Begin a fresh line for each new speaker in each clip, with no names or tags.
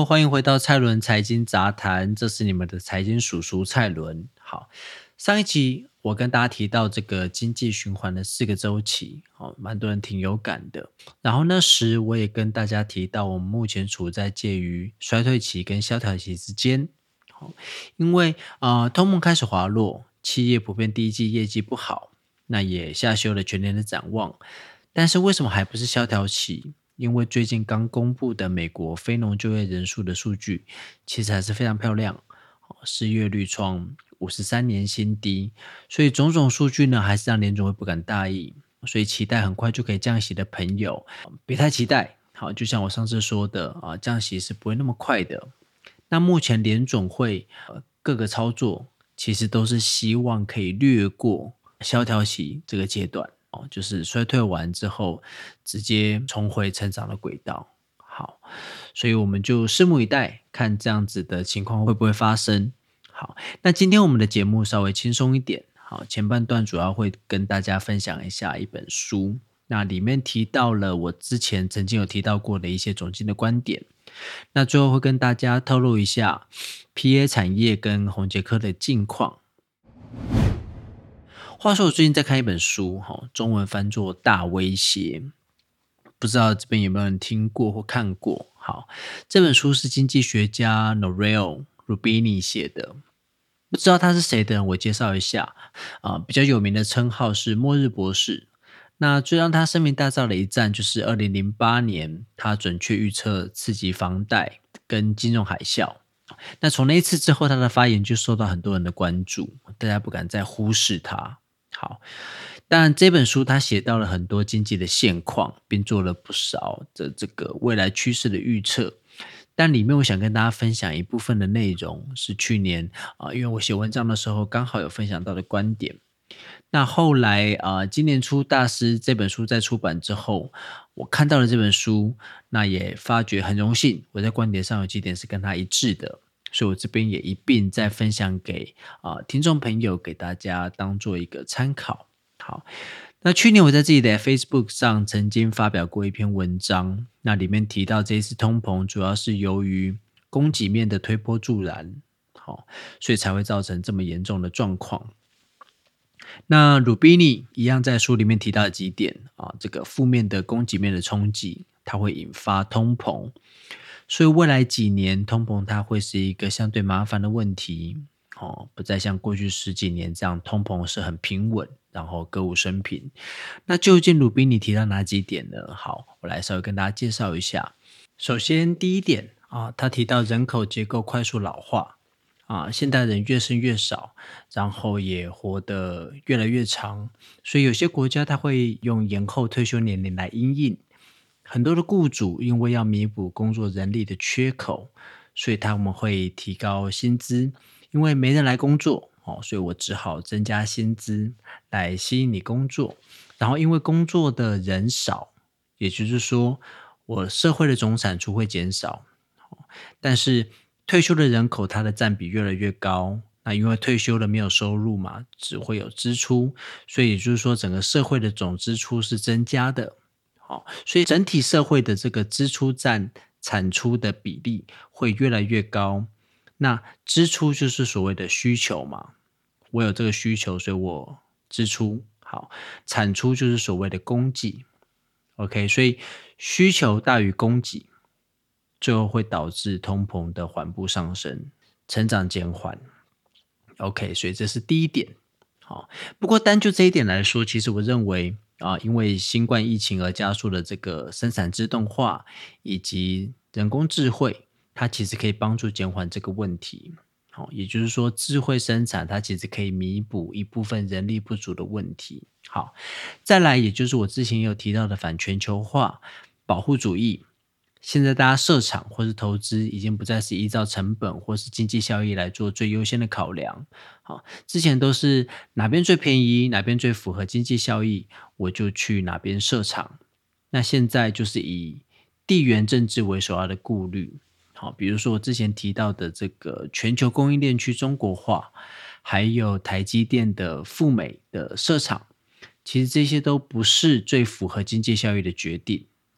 欢迎回到蔡伦财经杂谈，这是你们的财经叔叔蔡伦。好，上一集我跟大家提到这个经济循环的4个周期，蛮多人挺有感的。然后那时我也跟大家提到，我们目前处在介于衰退期跟萧条期之间。因为通膨开始滑落，企业普遍第一季业绩不好，那也下修了全年的展望。但是为什么还不是萧条期？因为最近刚公布的美国非农就业人数的数据，其实还是非常漂亮，失业率创53年新低，所以种种数据呢，还是让联总会不敢大意，所以期待很快就可以降息的朋友，别太期待。好，就像我上次说的降息是不会那么快的。那目前联总会各个操作，其实都是希望可以略过萧条期这个阶段。就是衰退完之后，直接重回成长的轨道。好，所以我们就拭目以待，看这样子的情况会不会发生。好，那今天我们的节目稍微轻松一点。好，前半段主要会跟大家分享一下一本书，那里面提到了我之前曾经有提到过的一些总经的观点。那最后会跟大家透露一下 PA 产业跟宏捷科的近况。话说我最近在看一本书，中文翻作《大威胁》，不知道这边有没有人听过或看过。好，这本书是经济学家 Nouriel Roubini 写的，不知道他是谁的人，我介绍一下。比较有名的称号是末日博士。那最让他声名大噪的一战，就是2008年，他准确预测次级房贷跟金融海啸。那从那一次之后，他的发言就受到很多人的关注，大家不敢再忽视他。好，当然这本书他写到了很多经济的现况，并做了不少的这个未来趋势的预测。但里面我想跟大家分享一部分的内容，是去年因为我写文章的时候刚好有分享到的观点。那后来今年初大师这本书在出版之后，我看到了这本书，那也发觉很荣幸，我在观点上有几点是跟他一致的，所以我这边也一并再分享给听众朋友，给大家当做一个参考。好，那去年我在自己的 Facebook 上曾经发表过一篇文章，那里面提到这一次通膨主要是由于供给面的推波助澜，所以才会造成这么严重的状况。那鲁比尼一样在书里面提到几点这个负面的供给面的冲击，它会引发通膨，所以未来几年通膨它会是一个相对麻烦的问题，不再像过去10几年这样通膨是很平稳，然后歌舞升平。那究竟鲁比尼提到哪几点呢？好，我来稍微跟大家介绍一下。首先第一点他提到人口结构快速老化。现代人越生越少，然后也活得越来越长，所以有些国家它会用延后退休年龄来因应。很多的雇主因为要弥补工作人力的缺口，所以他们会提高薪资，因为没人来工作，所以我只好增加薪资来吸引你工作。然后因为工作的人少，也就是说我社会的总产出会减少，但是退休的人口它的占比越来越高，那因为退休了没有收入嘛，只会有支出，所以也就是说整个社会的总支出是增加的。所以整体社会的这个支出占产出的比例会越来越高。那支出就是所谓的需求嘛，我有这个需求，所以我支出。好，产出就是所谓的供给。OK， 所以需求大于供给，最后会导致通膨的缓步上升，成长减缓。OK， 所以这是第一点。好，不过单就这一点来说，其实我认为因为新冠疫情而加速的这个生产自动化以及人工智慧，它其实可以帮助减缓这个问题。也就是说智慧生产它其实可以弥补一部分人力不足的问题。好，再来也就是我之前也有提到的反全球化、保护主义。现在大家设厂或是投资已经不再是依照成本或是经济效益来做最优先的考量。好，之前都是哪边最便宜，哪边最符合经济效益，我就去哪边设厂。那现在就是以地缘政治为首要的顾虑。好，比如说我之前提到的这个全球供应链去中国化，还有台积电的赴美的设厂，其实这些都不是最符合经济效益的决定。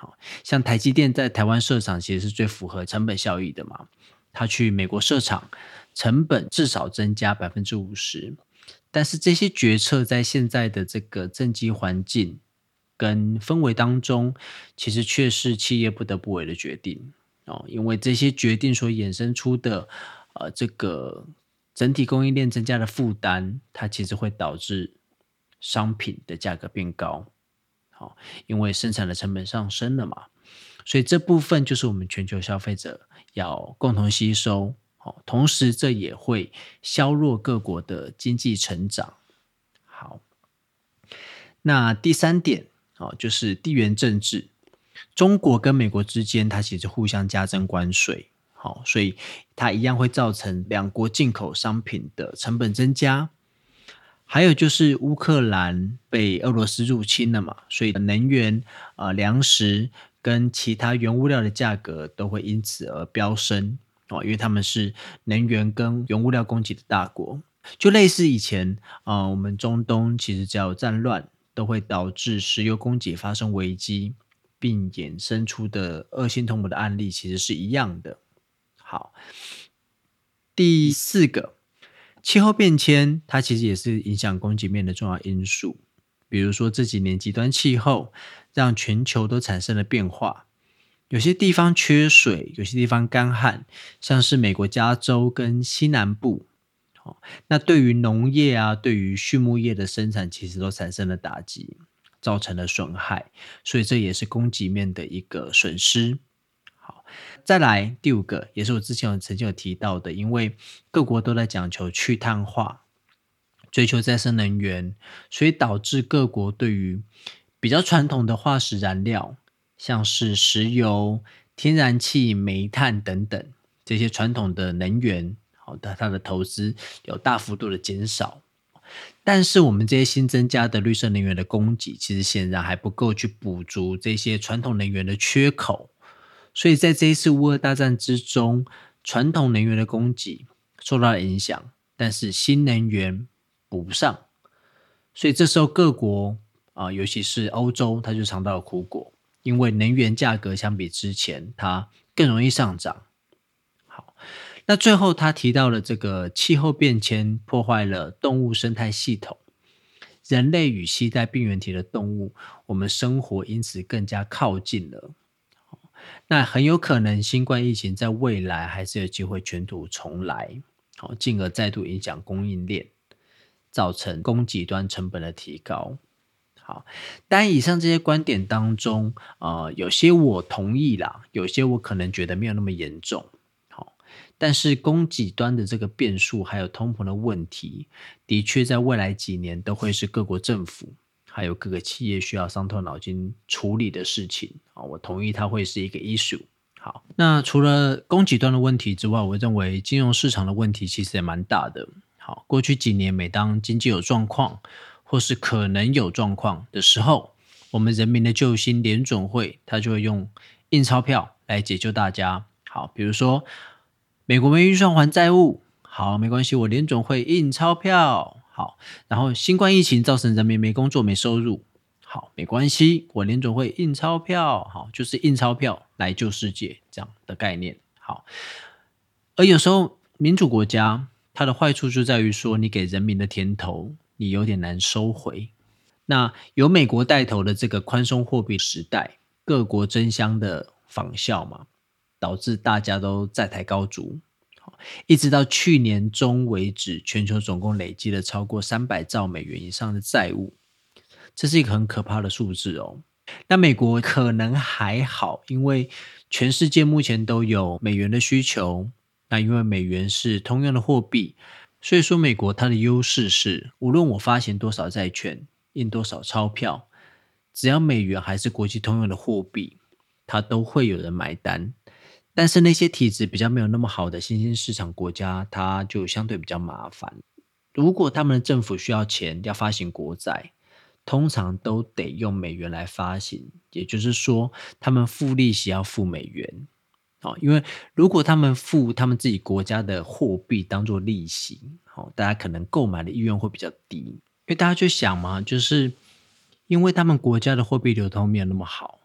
好，像台积电在台湾设厂其实是最符合成本效益的嘛，它去美国设厂，成本至少增加50%，但是这些决策在现在的这个政经环境跟氛围当中，其实却是企业不得不为的决定哦，因为这些决定所衍生出的这个整体供应链增加的负担，它其实会导致商品的价格变高。好，因为生产的成本上升了嘛，所以这部分就是我们全球消费者要共同吸收。好，同时这也会削弱各国的经济成长。好，那第三点就是地缘政治。中国跟美国之间，它其实互相加征关税，好，所以它一样会造成两国进口商品的成本增加。还有就是乌克兰被俄罗斯入侵了嘛，所以能源、粮食跟其他原物料的价格都会因此而飙升哦，因为他们是能源跟原物料供给的大国，就类似以前我们中东其实只要有战乱，都会导致石油供给发生危机，并衍生出的恶性通膨的案例其实是一样的。好，第四个。气候变迁，它其实也是影响供给面的重要因素。比如说这几年极端气候让全球都产生了变化，有些地方缺水，有些地方干旱，像是美国加州跟西南部。那对于农业啊，对于畜牧业的生产，其实都产生了打击，造成了损害，所以这也是供给面的一个损失。好，再来第五个，也是我之前曾经有提到的，因为各国都在讲求去碳化，追求再生能源，所以导致各国对于比较传统的化石燃料，像是石油、天然气、煤炭等等这些传统的能源，好的，它的投资有大幅度的减少。但是我们这些新增加的绿色能源的供给，其实显然还不够去补足这些传统能源的缺口。所以在这一次乌俄大战之中，传统能源的供给受到了影响，但是新能源补不上，所以这时候各国尤其是欧洲，它就尝到了苦果，因为能源价格相比之前，它更容易上涨。好，那最后他提到了这个气候变迁破坏了动物生态系统，人类与携带病原体的动物，我们生活因此更加靠近了。那很有可能新冠疫情在未来还是有机会卷土重来，好，进而再度影响供应链，造成供给端成本的提高。好，当然以上这些观点当中，有些我同意啦，有些我可能觉得没有那么严重。好，但是供给端的这个变数还有通膨的问题，的确在未来几年都会是各国政府还有各个企业需要伤透脑筋处理的事情啊，我同意它会是一个 issue。好，那除了供给端的问题之外，我认为金融市场的问题其实也蛮大的。好，过去几年每当经济有状况，或是可能有状况的时候，我们人民的救星联准会，它就会用印钞票来解救大家。好，比如说美国没预算还债务，好，没关系，我联准会印钞票。好，然后新冠疫情造成人民没工作没收入，好，没关系，我联准会印钞票，好，就是印钞票来救世界这样的概念。好，而有时候民主国家它的坏处就在于说，你给人民的甜头，你有点难收回。那由美国带头的这个宽松货币时代，各国争相的仿效嘛，导致大家都债台高筑。一直到去年中为止，全球总共累积了超过300兆美元以上的债务，这是一个很可怕的数字哦。那美国可能还好，因为全世界目前都有美元的需求，那因为美元是通用的货币，所以说美国它的优势是，无论我发行多少债券，印多少钞票，只要美元还是国际通用的货币，它都会有人买单。但是那些体质比较没有那么好的新兴市场国家，它就相对比较麻烦。如果他们的政府需要钱，要发行国债，通常都得用美元来发行，也就是说，他们付利息要付美元。因为如果他们付他们自己国家的货币当做利息，大家可能购买的意愿会比较低。因为大家就想嘛，就是因为他们国家的货币流通没有那么好，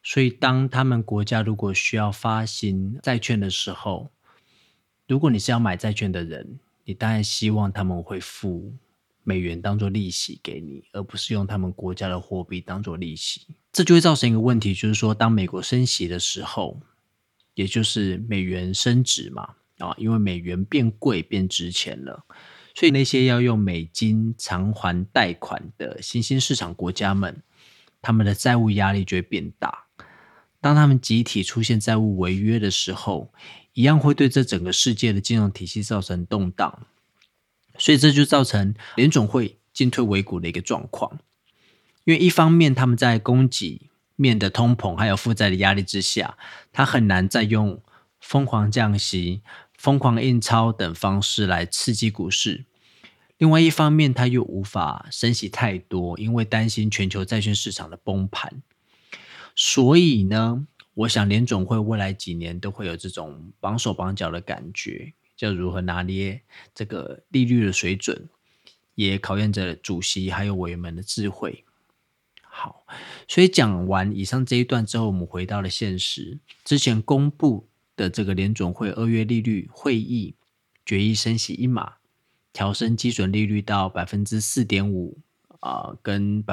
所以当他们国家如果需要发行债券的时候，如果你是要买债券的人，你当然希望他们会付美元当做利息给你，而不是用他们国家的货币当做利息。这就会造成一个问题，就是说当美国升息的时候，也就是美元升值嘛，因为美元变贵变值钱了，所以那些要用美金偿还贷款的新兴市场国家们，他们的债务压力就会变大。当他们集体出现债务违约的时候，一样会对这整个世界的金融体系造成动荡，所以这就造成联准会进退维谷的一个状况。因为一方面他们在供给面的通膨还有负债的压力之下，他很难再用疯狂降息、疯狂印钞等方式来刺激股市。另外一方面，他又无法升息太多，因为担心全球债券市场的崩盘。所以呢，我想联总会未来几年都会有这种绑手绑脚的感觉，就如何拿捏这个利率的水准，也考验着主席还有委员们的智慧。好，所以讲完以上这一段之后，我们回到了现实。之前公布的这个联总会2月利率会议决议升息1码，调升基准利率到 4.5%，跟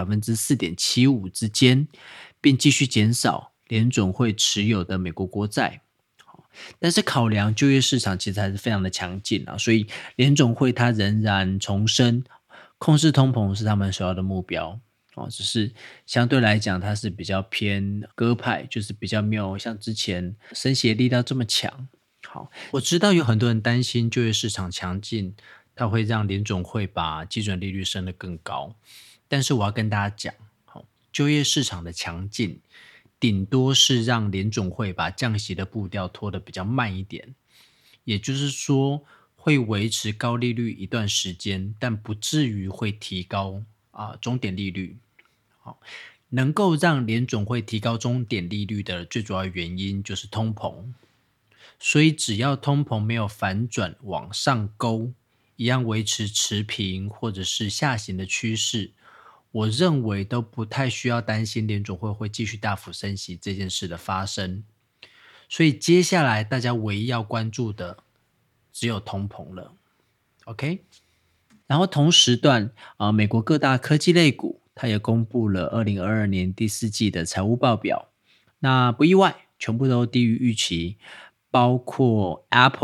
4.75% 之间，并继续减少联总会持有的美国国债。但是考量就业市场其实还是非常的强劲所以联总会它仍然重申控制通膨是他们首要的目标只是相对来讲它是比较偏鸽派，就是比较没有像之前升息的力道这么强。好，我知道有很多人担心就业市场强劲，它会让联总会把基准利率升得更高，但是我要跟大家讲，就业市场的强劲顶多是让联总会把降息的步调拖得比较慢一点，也就是说会维持高利率一段时间，但不至于会提高终点利率。能够让联总会提高终点利率的最主要原因就是通膨，所以只要通膨没有反转往上勾，一样维持持平或者是下行的趋势，我认为都不太需要担心联总会继续大幅升息这件事的发生。所以接下来大家唯一要关注的只有通膨了 OK。 然后同时段美国各大科技类股它也公布了2022年第4季的财务报表，那不意外全部都低于预期，包括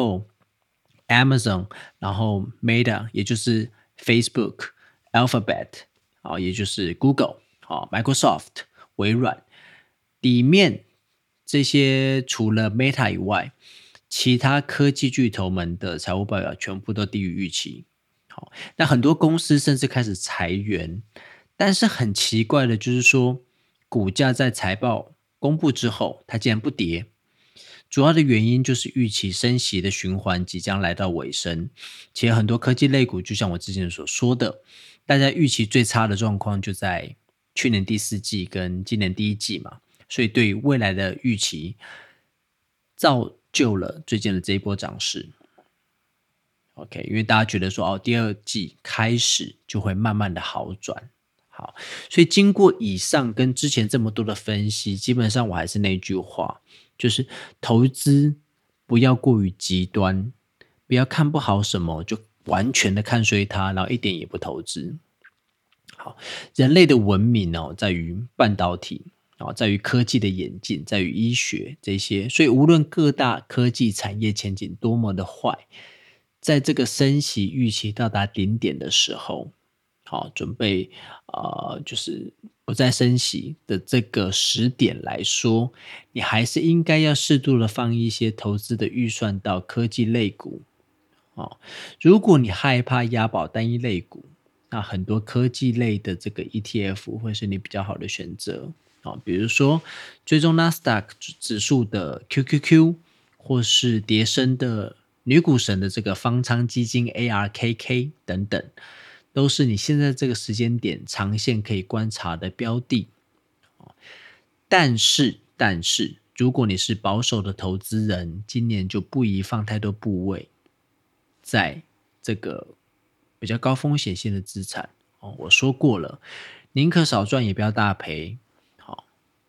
Apple、Amazon， 然后 Meta 也就是 Facebook、 Alphabet， 也就是 Google、 Microsoft、 微软，里面这些除了 Meta 以外，其他科技巨头们的财务报表全部都低于预期。好，那很多公司甚至开始裁员，但是很奇怪的就是说，股价在财报公布之后，它竟然不跌。主要的原因就是预期升息的循环即将来到尾声，且很多科技类股就像我之前所说的，大家预期最差的状况就在去年第4季跟今年第1季嘛，所以对于未来的预期造就了最近的这一波涨势。OK， 因为大家觉得说第2季开始就会慢慢的好转。好，所以经过以上跟之前这么多的分析，基本上我还是那句话，就是投资不要过于极端，不要看不好什么就完全的看衰它，然后一点也不投资。好，人类的文明在于半导体，在于科技的演进，在于医学这些，所以无论各大科技产业前景多么的坏，在这个升息预期到达顶点的时候，准备就是不再升息的这个时点来说，你还是应该要适度的放一些投资的预算到科技类股。如果你害怕押宝单一类股，那很多科技类的这个 ETF 会是你比较好的选择。比如说追踪 Nasdaq 指数的 QQQ， 或是跌升的女股神的这个方舱基金 ARKK 等等，都是你现在这个时间点长线可以观察的标的。但是如果你是保守的投资人，今年就不宜放太多部位在这个比较高风险性的资产。我说过了，宁可少赚也不要大赔。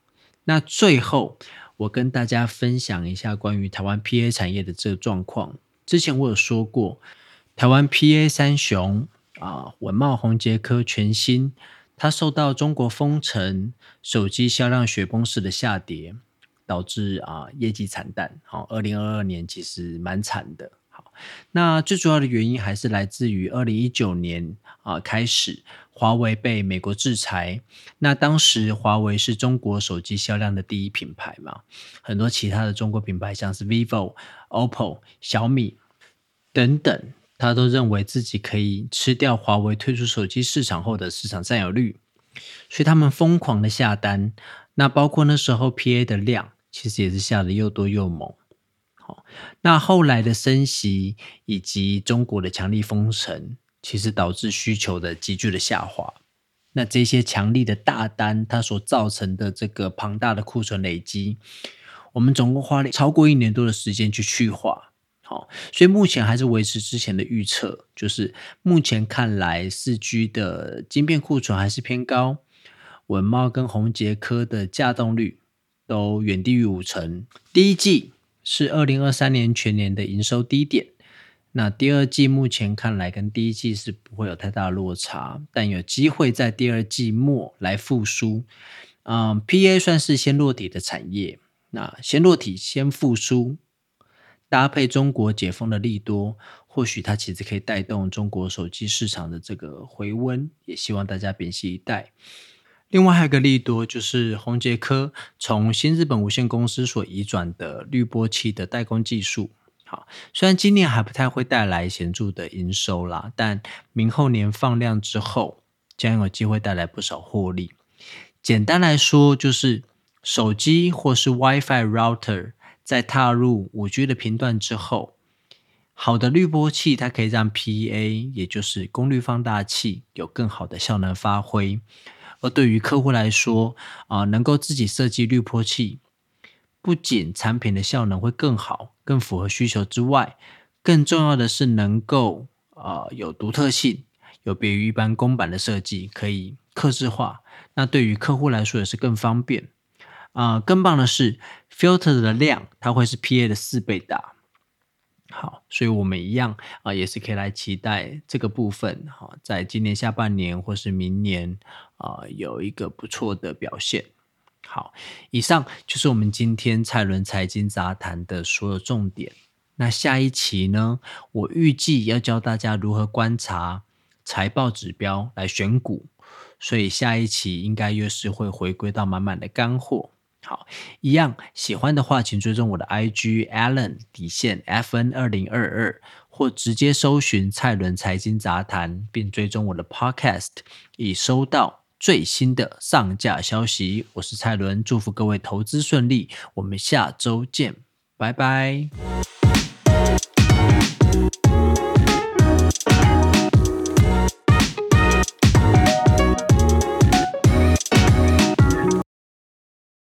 那最后，我跟大家分享一下关于台湾 PA 产业的这个状况。之前我有说过，台湾 PA 三雄文茂、宏捷科、全新，它受到中国封城、手机销量雪崩式的下跌，导致业绩惨淡。好，2022年其实蛮惨的。好，那最主要的原因还是来自于2019年开始，华为被美国制裁。那当时华为是中国手机销量的第一品牌嘛，很多其他的中国品牌，像是 vivo、OPPO、小米等等，他都认为自己可以吃掉华为退出手机市场后的市场占有率，所以他们疯狂的下单。那包括那时候 PA 的量，其实也是下的又多又猛。好，那后来的升息以及中国的强力封城，其实导致需求的急剧的下滑。那这些强力的大单，它所造成的这个庞大的库存累积，我们总共花了超过1年多的时间去去化。好，所以目前还是维持之前的预测，就是目前看来4G 的晶片库存还是偏高，稳懋跟宏捷科的价动率都远低于50%。第一季是2023年全年的营收低点，那第二季目前看来跟第一季是不会有太大的落差，但有机会在第二季末来复苏。PA 算是先落底的产业，那先落底先复苏，搭配中国解封的利多，或许它其实可以带动中国手机市场的这个回温，也希望大家屏息以待。另外还有一个利多，就是宏捷科从新日本无线公司所移转的滤波器的代工技术。好，虽然今年还不太会带来显著的营收啦，但明后年放量之后，将有机会带来不少获利。简单来说，就是手机或是 WiFi router 在踏入 5G 的频段之后，好的滤波器它可以让 PA， 也就是功率放大器有更好的效能发挥。而对于客户来说，能够自己设计滤波器，不仅产品的效能会更好、更符合需求之外，更重要的是能够有独特性，有别于一般公版的设计，可以客制化。那对于客户来说也是更方便。更棒的是 filter 的量，它会是 PA 的4倍大。好，所以我们一样也是可以来期待这个部分在今年下半年或是明年有一个不错的表现。好，以上就是我们今天蔡伦财经杂谈的所有重点。那下一期呢，我预计要教大家如何观察财报指标来选股，所以下一期应该又是会回归到满满的干货。好，一样喜欢的话，请追踪我的 IG Allen_FN2022，或直接搜寻蔡伦财经杂谈，并追踪我的 Podcast， 以收到最新的上架消息。我是蔡伦，祝福各位投资顺利，我们下周见，拜拜。